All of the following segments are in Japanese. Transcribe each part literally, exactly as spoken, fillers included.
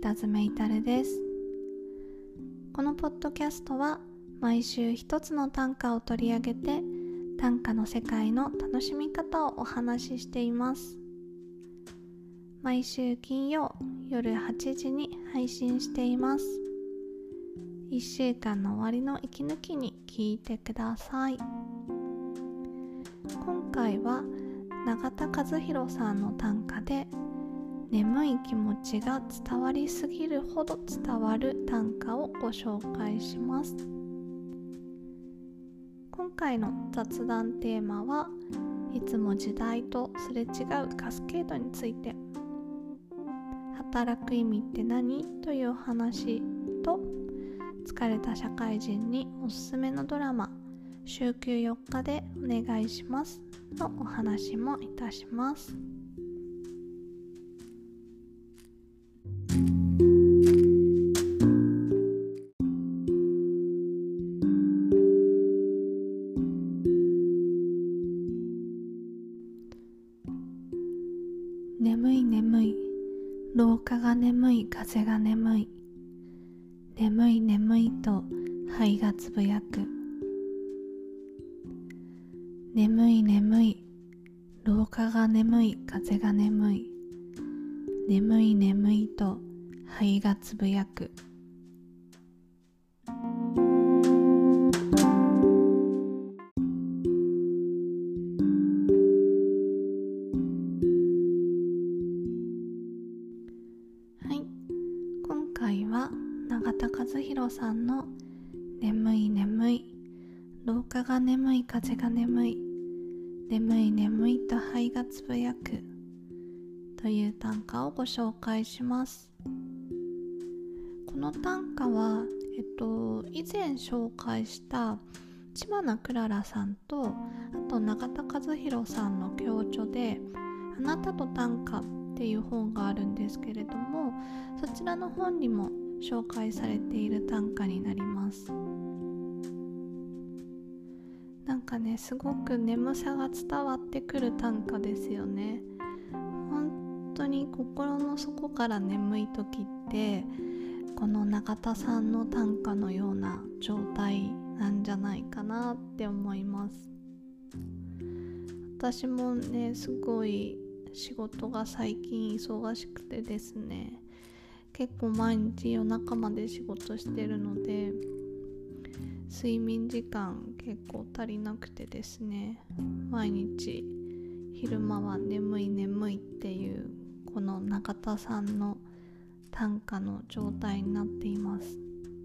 田爪いたるです。このポッドキャストは毎週一つの短歌を取り上げて短歌の世界の楽しみ方をお話ししています。毎週金曜夜はちじに配信しています。いっしゅうかんの終わりの息抜きに聞いてください。今回は永田和弘さんの短歌で眠い気持ちが伝わりすぎるほど伝わる短歌をご紹介します。今回の雑談テーマはいつも時代とすれ違うカスケードについて、働く意味って何というお話と、疲れた社会人におすすめのドラマ週休よっかでお願いしますのお話もいたします。眠い眠い、廊下が眠い、風が眠い、眠い眠いと肺がつぶやく。眠い眠い、廊下が眠い、風が眠い、眠い眠いと肺がつぶやく。はい、今回は永田和弘さんの眠い眠い、廊下が眠い、風が眠い、眠い眠いと肺がつぶやくという短歌をご紹介します。この短歌は、えっと、以前紹介した知花くららさんとあと永田和弘さんの共著であなたと短歌っていう本があるんですけれども、そちらの本にも紹介されている短歌になります。なんかね、すごく眠さが伝わってくる短歌ですよね。本当に心の底から眠い時ってこの永田さんの短歌のような状態なんじゃないかなって思います。私もね、すごい仕事が最近忙しくてですね、結構毎日夜中まで仕事してるので睡眠時間結構足りなくてですね、毎日昼間は眠い眠いっていうこの永田さんの短歌の状態になっています。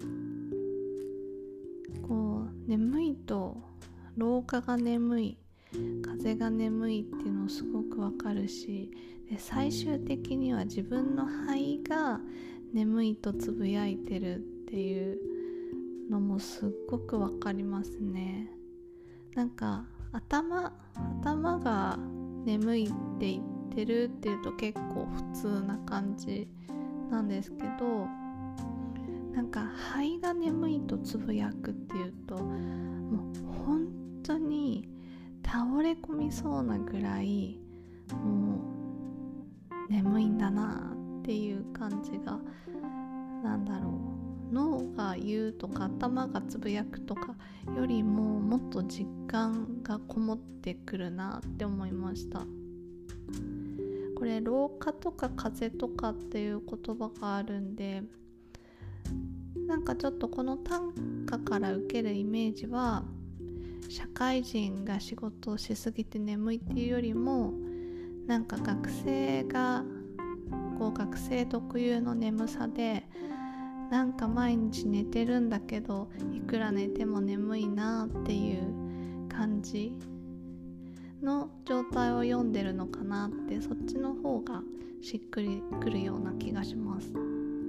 こう眠いと廊下が眠い、風が眠いっていうのすごくわかるし、で最終的には自分の肺が眠いとつぶやいてるっていうのもすっごくわかりますね。なんか頭頭が眠いって言ってるっていうと結構普通な感じなんですけど、なんか肺が眠いとつぶやくっていうともう本当に倒れ込みそうなぐらいもう眠いんだなっていう感じが、なんだろう、脳が言うとか頭がつぶやくとかよりももっと実感がこもってくるなって思いました。これ廊下とか風とかっていう言葉があるんで、なんかちょっとこの短歌から受けるイメージは、社会人が仕事をしすぎて眠いっていうよりも、なんか学生がこう学生特有の眠さで、なんか毎日寝てるんだけどいくら寝ても眠いなっていう感じの状態を読んでるのかなって、そっちの方がしっくりくるような気がします。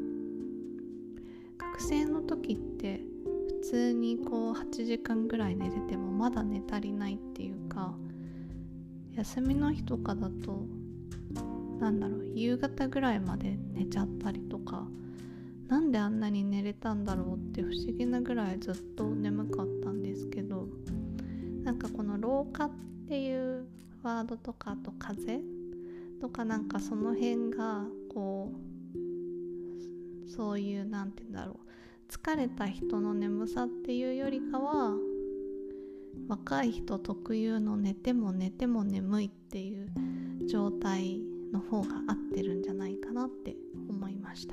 学生の時って普通にこうはちじかんぐらい寝ててもまだ寝足りないっていうか、休みの日とかだとなんだろう、夕方ぐらいまで寝ちゃったりとか、なんであんなに寝れたんだろうって不思議なぐらいずっと眠かったんですけど、なんかこの廊下っていうワードとか、あと風とか、なんかその辺がこそういうなんて言うんだろう、疲れた人の眠さっていうよりかは若い人特有の寝ても寝ても眠いっていう状態の方が合ってるんじゃないかなって思いました。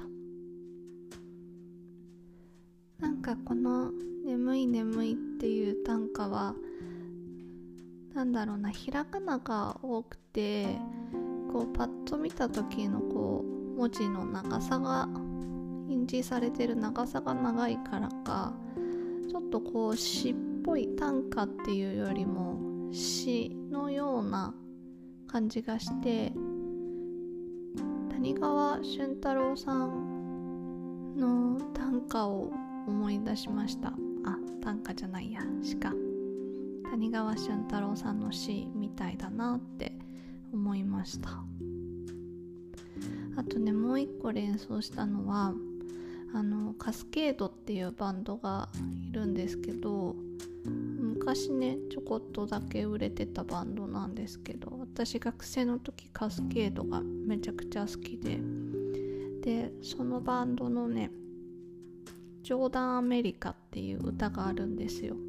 なんかこの眠い眠いっていう短歌はなんだろうな、ひらがなが多くてこうパッと見た時のこう文字の長さが印字されてる長さが長いからか、ちょっとこう詩っぽい短歌っていうよりも詩のような感じがして、谷川俊太郎さんの短歌を思い出しました。あ、短歌じゃないや、詩か。谷川俊太郎さんの詩みたいだなって思いました。あとね、もう一個連想したのはあのカスケードっていうバンドがいるんですけど、昔ねちょこっとだけ売れてたバンドなんですけど、私学生の時カスケードがめちゃくちゃ好きで、でそのバンドのねジョーダンアメリカっていう歌があるんですよ。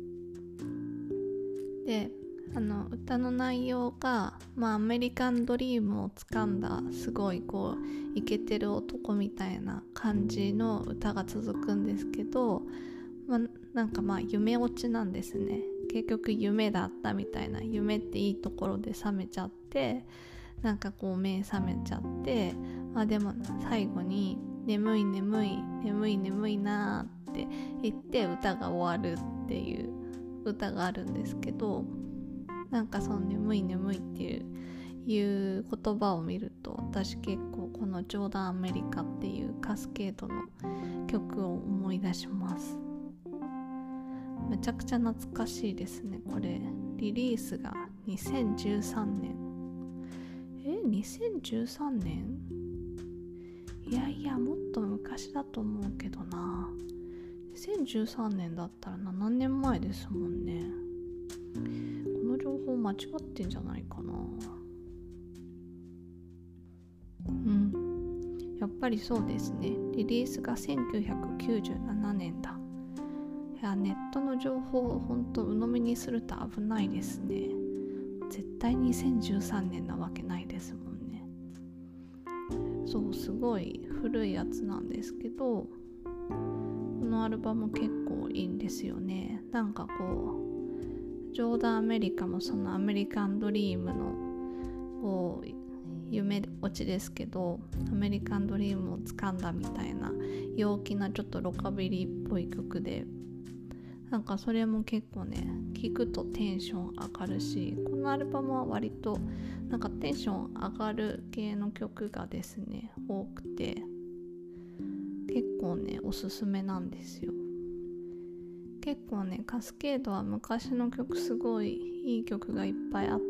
であの歌の内容が、まあ、アメリカンドリームをつかんだすごいこうイケてる男みたいな感じの歌が続くんですけど、まあ、なんかまあ夢落ちなんですね。結局夢だったみたいな、夢っていいところで覚めちゃって、なんかこう目覚めちゃって、まあ、でも最後に眠い眠い眠い眠いなって言って歌が終わるっていう歌があるんですけど、なんかその眠い眠いっていういう言葉を見ると、私結構このジョーダンアメリカっていうカスケードの曲を思い出します。めちゃくちゃ懐かしいですね。これリリースがにせんじゅうさんねん。えにせんじゅうさんねん？いやいやもっと昔だと思うけどな。にせんじゅうさんねんだったらななねんまえですもんね。この情報間違ってんじゃないかな。うんやっぱりそうですね。リリースがせんきゅうひゃくきゅうじゅうななねんだ。いやネットの情報をほんと鵜呑みにすると危ないですね。絶対にせんじゅうさんねんなわけないですもんね。そうすごい古いやつなんですけど、このアルバム結構いいんですよね。なんかこうジョーダンアメリカもそのアメリカンドリームのこう夢落ちですけど、アメリカンドリームを掴んだみたいな陽気なちょっとロカビリーっぽい曲で、なんかそれも結構ね聴くとテンション上がるし、このアルバムは割となんかテンション上がる系の曲がですね多くて、結構ねおすすめなんですよ。結構ねカスケードは昔の曲すごいいい曲がいっぱいあって、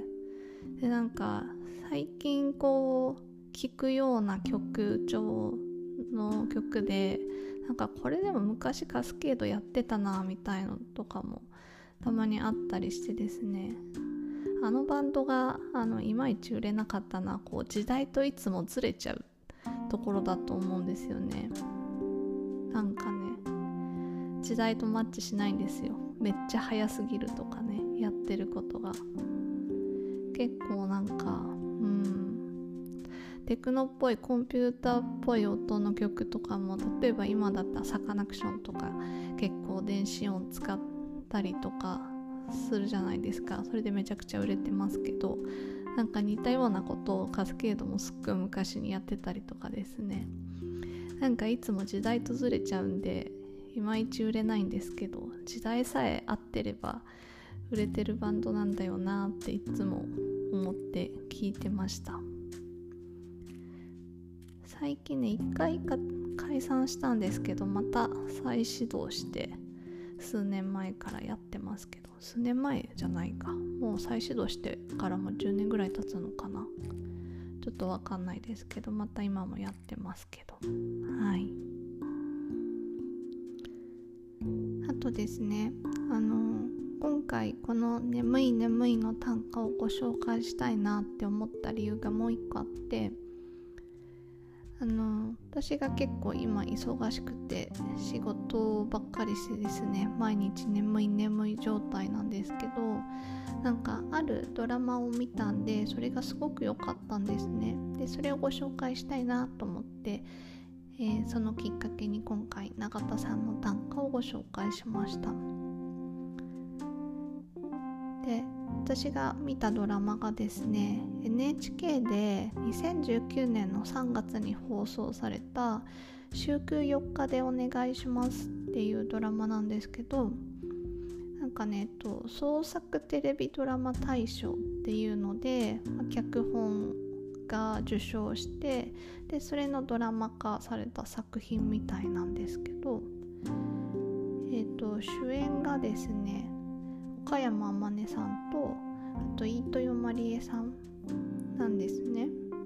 でなんか最近こう聴くような曲調の曲で、なんかこれでも昔カスケードやってたなみたいのとかもたまにあったりしてですね、あのバンドがあのいまいち売れなかったのはこう時代といつもずれちゃうところだと思うんですよね。なんかね時代とマッチしないんですよ。めっちゃ早すぎるとかね、やってることが結構なんかうんテクノっぽいコンピューターっぽい音の曲とかも、例えば今だったらサカナクションとか結構電子音使ったりとかするじゃないですか。それでめちゃくちゃ売れてますけど、なんか似たようなことをカスケードもすっごい昔にやってたりとかですね。なんかいつも時代とずれちゃうんでいまいち売れないんですけど、時代さえ合ってれば売れてるバンドなんだよなっていつも思って聞いてました。最近ね一回か解散したんですけど、また再始動して数年前からやってますけど、数年前じゃないか、もう再始動してからもじゅうねんぐらい経つのかな、ちょっとわかんないですけど、また今もやってますけど、はい。あとですね、あの今回この眠い眠いの短歌をご紹介したいなって思った理由がもう一個あって、 あの私が結構今忙しくて仕事ばっかりしてですね、毎日眠い眠い状態なんですけど、なんかあるドラマを見たんで、それがすごく良かったんですね。でそれをご紹介したいなと思って、えー、そのきっかけに今回永田さんの短歌をご紹介しました。で私が見たドラマがですね、 エヌエイチケー でにせんじゅうきゅうねんのさんがつに放送された週休よっかでお願いしますっていうドラマなんですけど、なんかね、と創作テレビドラマ大賞っていうので、まあ、脚本が受賞して、でそれのドラマ化された作品みたいなんですけど、えーと主演がですね、岡山天音さんと、あと飯豊まりえさんなんですね。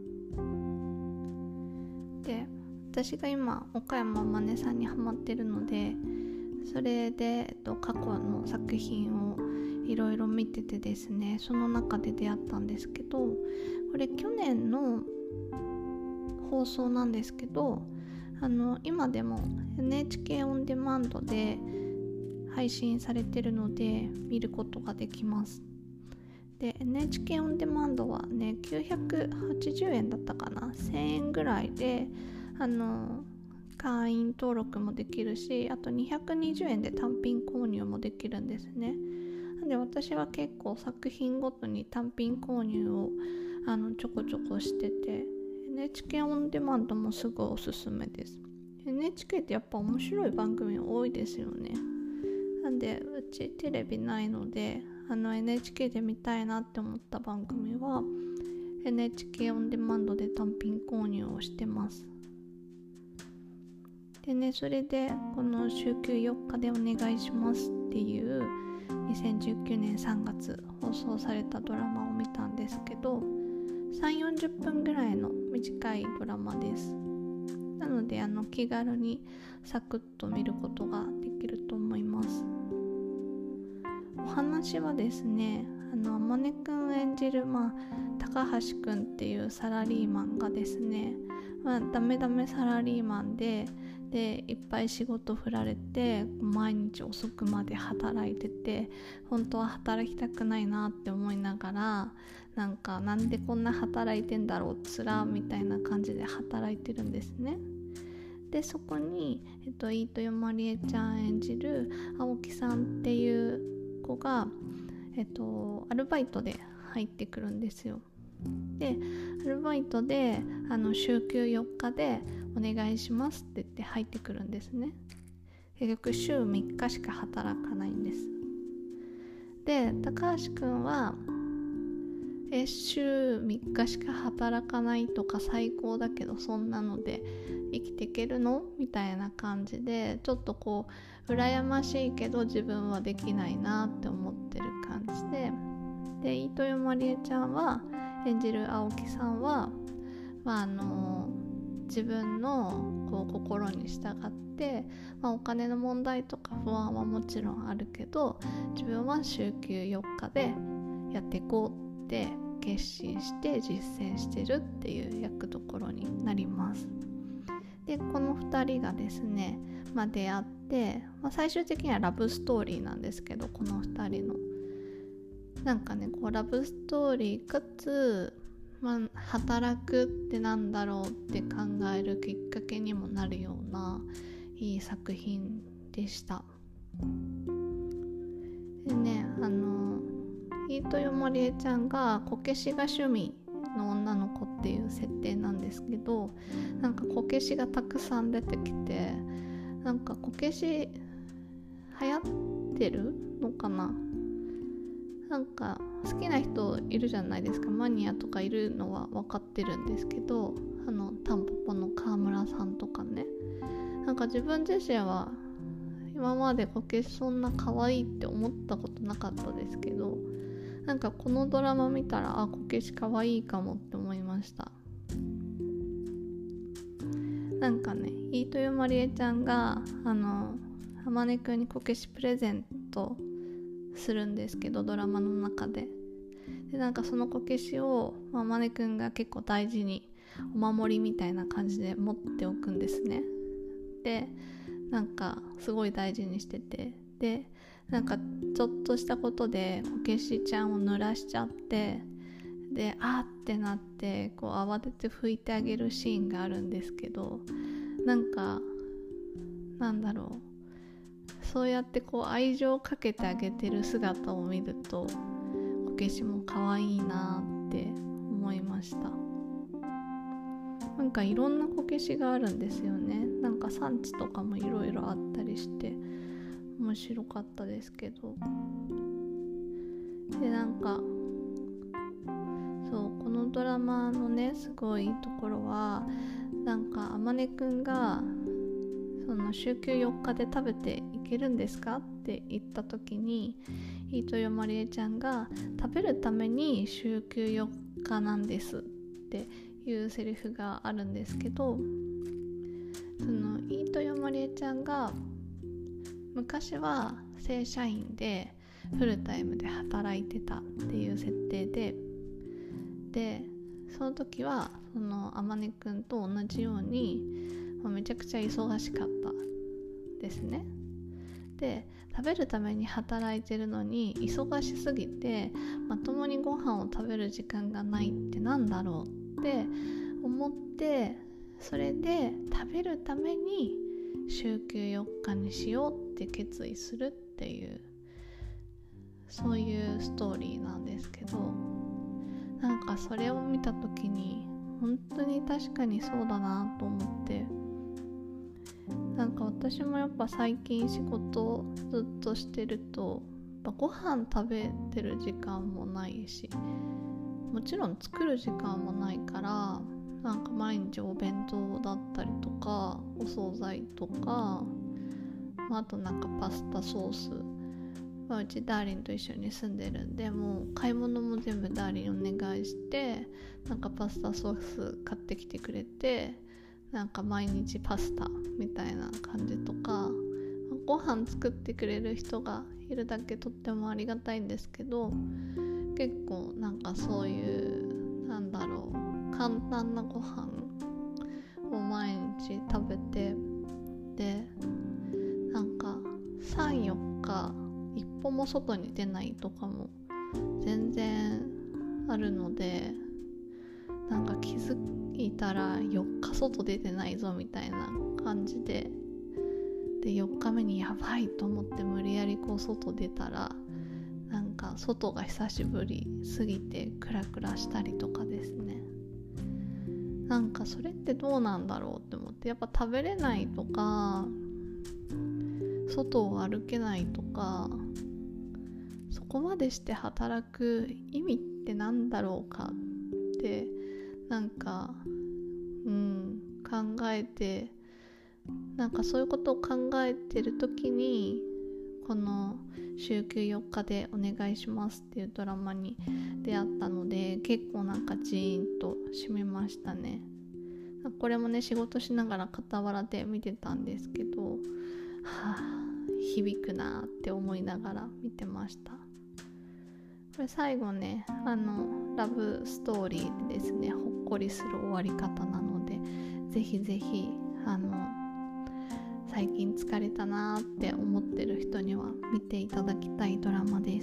で私が今岡山天音さんにハマってるので、それで、えっと、過去の作品をいろいろ見ててですね、その中で出会ったんですけど、これ去年の放送なんですけど、あの今でも エヌエイチケー オンデマンドで配信されてるので見ることができます。で エヌエイチケー オンデマンドはね、きゅうひゃくはちじゅうえんだったかな、せんえんぐらいであの会員登録もできるし、あとにひゃくにじゅうえんで単品購入もできるんですね。なんで私は結構作品ごとに単品購入をあのちょこちょこしてて、 エヌエイチケー オンデマンドもすごいおすすめです。 エヌエイチケー ってやっぱ面白い番組多いですよね。なんでうちテレビないので、あの エヌエイチケー で見たいなって思った番組は エヌエイチケー オンデマンドで単品購入をしてます。でね、それでこの週休よっかでお願いしますっていうにせんじゅうきゅうねんさんがつ放送されたドラマを見たんですけど、さんじゅうよんじゅっぷんぐらいの短いドラマです。なのであの気軽にサクッと見ることができると思います。お話はですね、あの天音くん演じる、まあ、高橋くんっていうサラリーマンがですね、まあ、ダメダメサラリーマンででいっぱい仕事振られて毎日遅くまで働いてて、本当は働きたくないなって思いながら、なんかなんでこんな働いてんだろうつらみたいな感じで働いてるんですね。でそこに、えっと、飯豊まりえちゃん演じる青木さんっていう子が、えっと、アルバイトで入ってくるんですよ。でアルバイトであの週休よっかでお願いしますって言って入ってくるんですね。結局週みっかしか働かないんです。で高橋くんはえ週みっかしか働かないとか最高だけど、そんなので生きていけるのみたいな感じで、ちょっとこう羨ましいけど自分はできないなって思ってる感じで、で飯豊まりえちゃんは演じる青木さんは、まあ、あの自分のこう心に従って、まあ、お金の問題とか不安はもちろんあるけど、自分は週休よっかでやっていこうって決心して実践してるっていう役どころになります。でこのふたりがですね、まあ、出会って、まあ、最終的にはラブストーリーなんですけど、このふたりのなんかね、こうラブストーリーかつ、まあ、働くってなんだろうって考えるきっかけにもなるようないい作品でした。でね、あの飯豊まりえちゃんがこけしが趣味の女の子っていう設定なんですけど、なんかこけしがたくさん出てきて、なんかこけし流行ってるのかな、なんか好きな人いるじゃないですか、マニアとかいるのは分かってるんですけど、あのタンポポの川村さんとかね、なんか自分自身は今までこけしそんな可愛いって思ったことなかったですけど、なんかこのドラマ見たら、あ、こけし可愛いかもって思いました。なんかね、飯豊まりえちゃんがあの天音くんにこけしプレゼントするんですけど、ドラマの中ででなんかそのこけしを天音くんが結構大事にお守りみたいな感じで持っておくんですね。でなんかすごい大事にしてて、でなんかちょっとしたことでこけしちゃんを濡らしちゃって、であーってなってこう慌てて拭いてあげるシーンがあるんですけど、なんかなんだろう、そうやってこう愛情をかけてあげてる姿を見るとこけしも可愛いなって思いました。なんかいろんなこけしがあるんですよね。なんか産地とかもいろいろあったりして面白かったですけど、でなんかそうこのドラマのねすごいいいところは、なんかあまねくんがその週休よっかで食べていけるんですかって言った時に、飯豊まりえちゃんが食べるために週休よっかなんですっていうセリフがあるんですけど、その飯豊まりえちゃんが昔は正社員でフルタイムで働いてたっていう設定で、でその時はそのあまねくんと同じように、まあ、めちゃくちゃ忙しかったですね。で食べるために働いてるのに忙しすぎてまともにご飯を食べる時間がないってなんだろうって思って、それで食べるために週休よっかにしようって決意するっていう、そういうストーリーなんですけど、なんかそれを見た時に本当に確かにそうだなと思って、なんか私もやっぱ最近仕事をずっとしてるとやっぱご飯食べてる時間もないし、もちろん作る時間もないから、なんか毎日お弁当だったりとかお惣菜とか、まあ、あとなんかパスタソース、まあ、うちダーリンと一緒に住んでるんで、もう買い物も全部ダーリンお願いして、なんかパスタソース買ってきてくれて、なんか毎日パスタみたいな感じとか、ご飯作ってくれる人がいるだけとってもありがたいんですけど、結構なんかそういうなんだろう簡単なご飯を毎日食べて、でなんかさん、よっか一歩も外に出ないとかも全然あるので、なんか気づいたらよっか外出てないぞみたいな感じで、でよっかめにやばいと思って無理やりこう外出たら、なんか外が久しぶりすぎてクラクラしたりとかですね。なんかそれってどうなんだろうって思って、やっぱ食べれないとか外を歩けないとか、そこまでして働く意味ってなんだろうかってなんかうん考えて、なんかそういうことを考えてる時にこの週休よっかでお願いしますっていうドラマに出会ったので、結構なんかジーンとしみましたね。これもね仕事しながら傍らで見てたんですけど、はあ響くなって思いながら見てました。これ最後ねあのラブストーリーでですねほっこりする終わり方なので、ぜひぜひあの最近疲れたなって思ってる人には見ていただきたいドラマです。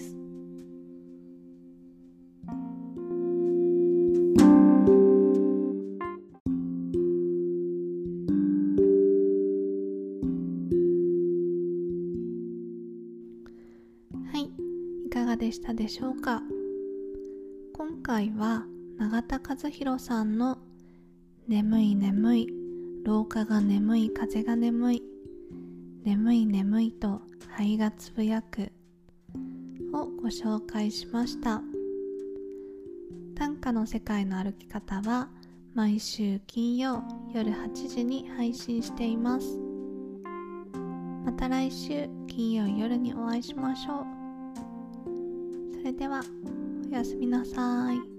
はい、いかがでしたでしょうか。今回は永田和弘さんの眠い眠い、廊下が眠い風が眠い、眠い眠いと肺がつぶやくをご紹介しました。短歌の世界の歩き方は毎週金曜夜はちじに配信しています。また来週金曜夜にお会いしましょう。それではおやすみなさい。